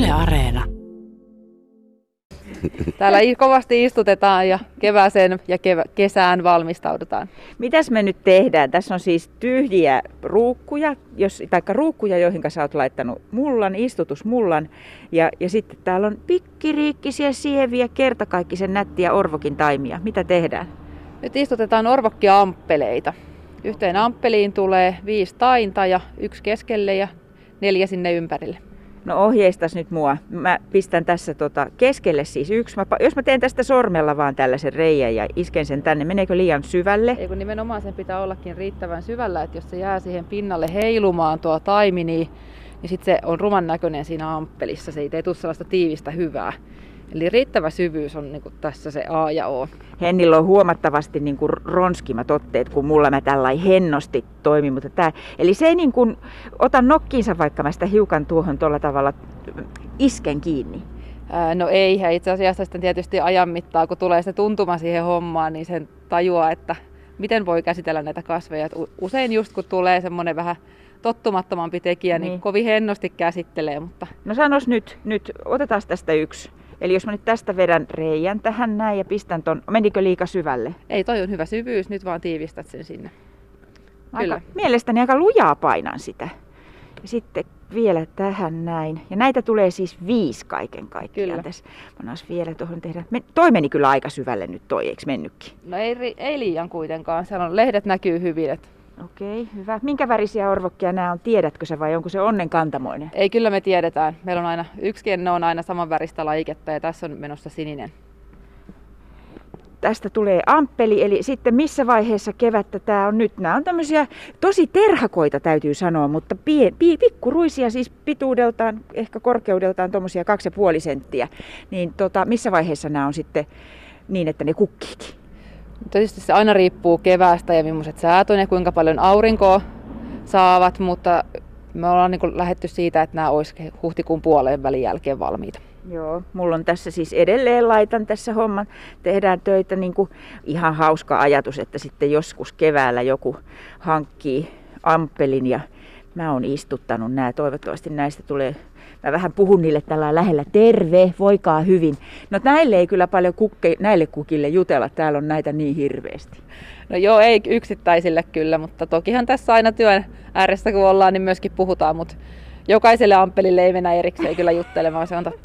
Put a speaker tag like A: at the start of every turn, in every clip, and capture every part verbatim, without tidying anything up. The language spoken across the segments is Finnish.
A: Yle Areena.
B: Täällä kovasti istutetaan ja kevääseen ja kevä- kesään valmistaudutaan.
C: Mitäs me nyt tehdään? Tässä on siis tyhjiä ruukkuja, jos, taikka ruukkuja, joihin sä oot laittanut mullan, istutusmullan. Ja, ja sitten täällä on pikkiriikkisiä, sieviä, kertakaikkisen nättiä orvokin taimia. Mitä tehdään?
B: Nyt istutetaan orvokkia amppeleita. Yhteen amppeliin tulee viisi tainta ja yksi keskelle ja neljä sinne ympärille.
C: No ohjeistas nyt mua. Mä pistän tässä tota keskelle siis yksi. Mä, jos mä teen tästä sormella vaan tällaisen reijän ja isken sen tänne, meneekö liian syvälle?
B: Ei kun nimenomaan sen pitää ollakin riittävän syvällä, että jos se jää siihen pinnalle heilumaan tuo taimi, niin, niin sitten se on ruman näköinen siinä amppelissa. Se ei tule sellaista tiivistä hyvää. Eli riittävä syvyys on niin kuin tässä se A ja O.
C: Hennillä on huomattavasti niin kuin ronskimmat otteet, kun mulla mä tällainen hennosti toimin. Mutta tää, eli se ei niin kuin, ota nokkiinsa, vaikka mä sitä hiukan tuohon tuolla tavalla isken kiinni.
B: Ää, no ei, ja itse asiassa sitten tietysti ajan mittaan, kun tulee se tuntuma siihen hommaan, niin sen tajuaa, että miten voi käsitellä näitä kasveja. Et usein just kun tulee semmoinen vähän tottumattomampi tekijä, niin, niin kovin hennosti käsittelee. Mutta...
C: No sanos nyt, nyt, otetaan tästä yksi. Eli jos mä nyt tästä vedän reijän tähän näin ja pistän ton, menikö liika syvälle?
B: Ei, toi on hyvä syvyys, nyt vaan tiivistät sen sinne.
C: Aika, Kyllä. Mielestäni aika lujaa painan sitä. Ja sitten vielä tähän näin. Ja näitä tulee siis viisi kaiken kaikkiaan tässä. Mä vielä tuohon tehdä. Toi meni kyllä aika syvälle nyt toi, eikö mennytkin?
B: No ei, ei liian kuitenkaan, siellä on, lehdet näkyy hyvin. Että...
C: Okei, hyvä. Minkä värisiä orvokkia nämä on? Tiedätkö sä vai onko se onnenkantamoinen?
B: Ei, kyllä me tiedetään. Meillä on aina, yksikin on aina saman väristä lajiketta ja tässä on menossa sininen.
C: Tästä tulee amppeli, eli sitten missä vaiheessa kevättä tämä on nyt? Nämä on tämmöisiä tosi terhakoita täytyy sanoa, mutta pie, pie, pikkuruisia siis pituudeltaan, ehkä korkeudeltaan tuommoisia kaksi ja puoli senttiä. Niin tota, missä vaiheessa nämä on sitten niin, että ne kukkiikin?
B: Tietysti se aina riippuu keväästä ja millaiset säät on ja kuinka paljon aurinkoa saavat, mutta me ollaan niin kuin lähdetty siitä, että nämä olisi huhtikuun puoleen välin jälkeen valmiita.
C: Joo, mulla on tässä siis edelleen laitan tässä homman, tehdään töitä, niin kuin ihan hauska ajatus, että sitten joskus keväällä joku hankkii amppelin ja mä oon istuttanut nämä, toivottavasti näistä tulee, mä vähän puhun niille tällä lähellä, terve, voikaa hyvin. No näille ei kyllä paljon kukke, näille kukille jutella, täällä on näitä niin hirveästi.
B: No joo, ei yksittäisille kyllä, mutta tokihan tässä aina työn ääressä kun ollaan, niin myöskin puhutaan, mutta jokaiselle amppelille ei mennä erikseen kyllä juttelemaan, se on totta.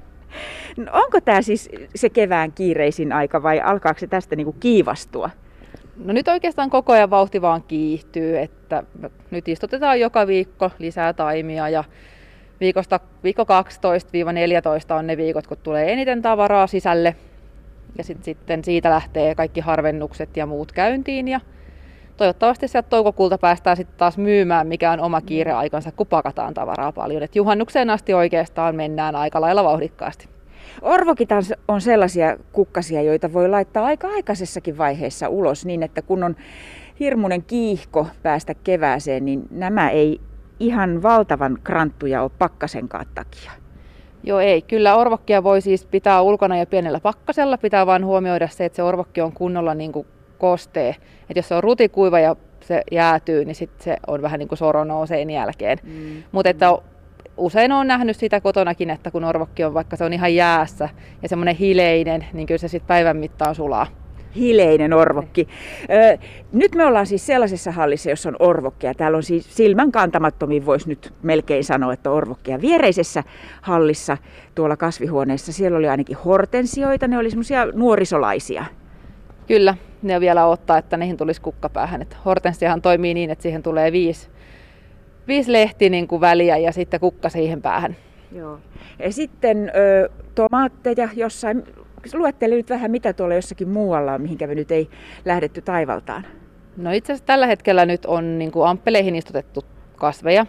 C: No onko tämä siis se kevään kiireisin aika vai alkaako se tästä niinku kiivastua?
B: No nyt oikeastaan koko ajan vauhti vaan kiihtyy, että nyt istutetaan joka viikko lisää taimia ja viikosta, viikko kaksitoista neljätoista on ne viikot, kun tulee eniten tavaraa sisälle ja sit, sitten siitä lähtee kaikki harvennukset ja muut käyntiin ja toivottavasti sieltä toukokuulta päästään sitten taas myymään, mikä on oma kiireaikansa, kun pakataan tavaraa paljon. Et juhannukseen asti oikeastaan mennään aika lailla vauhdikkaasti.
C: Orvokit on sellaisia kukkasia, joita voi laittaa aika aikaisessakin vaiheessa ulos niin, että kun on hirmuinen kiihko päästä kevääseen, niin nämä ei ihan valtavan kranttuja ole pakkasenkaan takia.
B: Joo ei, kyllä orvokkia voi siis pitää ulkona jo pienellä pakkasella, pitää vain huomioida se, että se orvokki on kunnolla niin kuin kostee. Että jos se on rutikuiva ja se jäätyy, niin sitten se on vähän niin kuin soro nouseen jälkeen. Mm. Mutta että usein olen nähnyt sitä kotonakin, että kun orvokki on vaikka se on ihan jäässä ja semmoinen hileinen, niin kyllä se sitten päivän mittaan sulaa.
C: Hileinen orvokki. Öö, nyt me ollaan siis sellaisessa hallissa, jossa on orvokkia. Täällä on siis silmän kantamattomin, voisi nyt melkein sanoa, että orvokkia. Viereisessä hallissa tuolla kasvihuoneessa, siellä oli ainakin hortensioita, ne oli semmoisia nuorisolaisia.
B: Kyllä, ne vielä odottaa, että niihin tulisi kukkapäähän. Et hortensiahan toimii niin, että siihen tulee viisi, viisi lehti niin kuin väliä ja sitten kukka siihen päähän.
C: Joo. Ja sitten ö, tomaatteja jossain. Luettele nyt vähän, mitä tuolla jossakin muualla on, mihinkä me nyt ei lähdetty taivaltaan.
B: No itse asiassa tällä hetkellä nyt on niin kuin amppeleihin istutettu kasveja.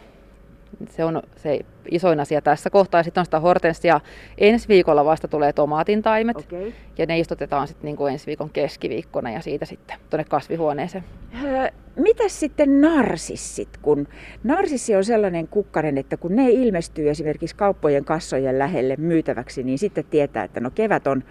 B: Se on se isoin asia tässä kohtaa. Sitten on sitä hortensia. Ensi viikolla vasta tulee tomaatin taimet. Okay. Ja ne istutetaan sitten niin kuin ensi viikon keskiviikkona ja siitä sitten tuonne kasvihuoneeseen.
C: Öö, mitäs sitten narsissit? Kun narsissi on sellainen kukkanen, että kun ne ilmestyy esimerkiksi kauppojen kassojen lähelle myytäväksi, niin sitten tietää, että no kevät on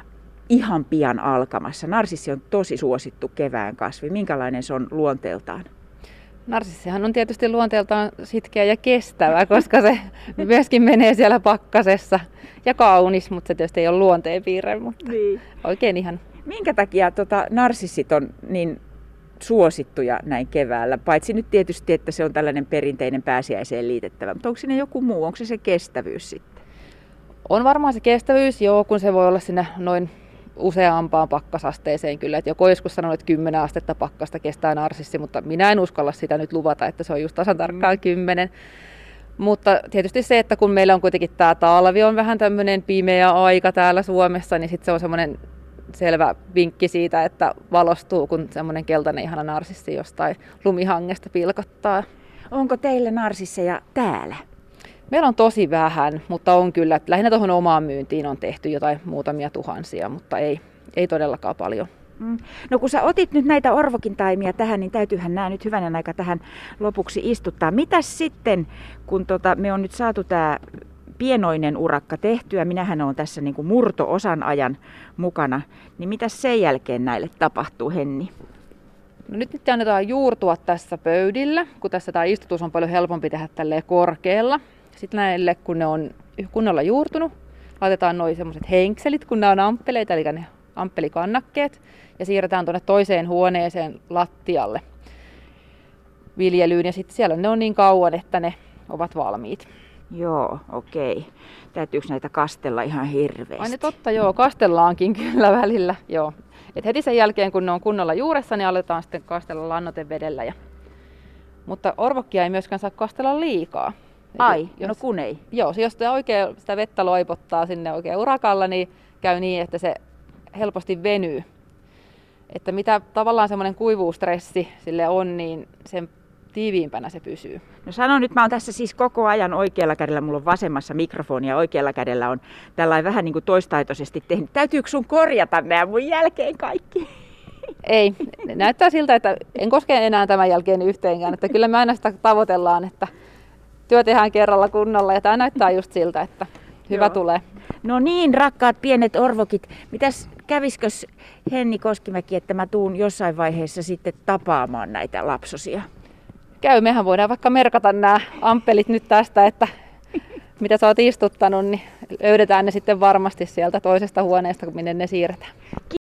C: ihan pian alkamassa. Narsissi on tosi suosittu kevään kasvi. Minkälainen se on luonteeltaan?
B: Narsissihan on tietysti luonteeltaan sitkeä ja kestävä, koska se myöskin menee siellä pakkasessa ja kaunis, mutta se tietysti ei ole luonteenpiirre, mutta niin. Oikein ihan.
C: Minkä takia tota, narsissit on niin suosittuja näin keväällä? Paitsi nyt tietysti, että se on tällainen perinteinen pääsiäiseen liitettävä, mutta onko siinä joku muu? Onko se se kestävyys sitten?
B: On varmaan se kestävyys, joo, kun se voi olla sinne noin useampaan pakkasasteeseen kyllä. Et joku joskus sanonut, että kymmenen astetta pakkasta kestää narsissi, mutta minä en uskalla sitä nyt luvata, että se on just tasan tarkkaan kymmenen. Mutta tietysti se, että kun meillä on kuitenkin tämä talvi on vähän tämmöinen pimeä aika täällä Suomessa, niin sitten se on semmoinen selvä vinkki siitä, että valostuu, kun semmoinen keltainen ihana narsissi jostain lumihangesta pilkottaa.
C: Onko teillä narsisseja täällä?
B: Meillä on tosi vähän, mutta on kyllä. Lähinnä tuohon omaan myyntiin on tehty jotain muutamia tuhansia, mutta ei, ei todellakaan paljon.
C: Mm. No kun sä otit nyt näitä orvokin taimia tähän, niin täytyyhän nämä nyt hyvänen aika tähän lopuksi istuttaa. Mitäs sitten, kun tota, me on nyt saatu tämä pienoinen urakka tehtyä, minähän olen tässä niin kuin murto-osan ajan mukana, niin mitäs sen jälkeen näille tapahtuu, Henni?
B: No nyt niitä annetaan juurtua tässä pöydillä, kun tässä tämä istutus on paljon helpompi tehdä tälleen korkealla. Sitten näille, kun ne on kunnolla juurtunut, laitetaan noin semmoiset henkselit, kun ne on amppeleita, eli ne amppelikannakkeet, ja siirretään tuonne toiseen huoneeseen lattialle viljelyyn, ja sitten siellä ne on niin kauan, että ne ovat valmiit.
C: Joo, okei. Täytyykö näitä kastella ihan hirveästi?
B: Ai ne totta, joo, kastellaankin kyllä välillä, joo. Et heti sen jälkeen, kun ne on kunnolla juuressa, niin aletaan sitten kastella lannoitevedellä. Ja... Mutta orvokkia ei myöskään saa kastella liikaa.
C: Ai,
B: jos,
C: no kun ei.
B: Joo, jos sitä, oikein, sitä vettä loipottaa sinne oikein urakalla, niin käy niin, että se helposti venyy. Että mitä tavallaan semmoinen kuivuustressi sille on, niin sen tiiviimpänä se pysyy.
C: No sano nyt, mä oon tässä siis koko ajan oikealla kädellä, mulla on vasemmassa mikrofoni ja oikealla kädellä on tällainen vähän niin kuin toistaitoisesti tehnyt. Täytyykö sun korjata nämä mun jälkeen kaikki?
B: Ei, näyttää siltä, että en koske enää tämän jälkeen yhteenkään. Että kyllä me aina sitä tavoitellaan, että työ tehdään kerralla kunnolla ja tämä näyttää just siltä, että hyvä Joo. tulee.
C: No niin, rakkaat pienet orvokit. Mitäs käviskös Henni Koskimäki, että mä tuun jossain vaiheessa sitten tapaamaan näitä lapsosia?
B: Käy, mehän voidaan vaikka merkata nämä amppelit nyt tästä, että mitä sä oot istuttanut, niin löydetään ne sitten varmasti sieltä toisesta huoneesta, minne ne siirretään.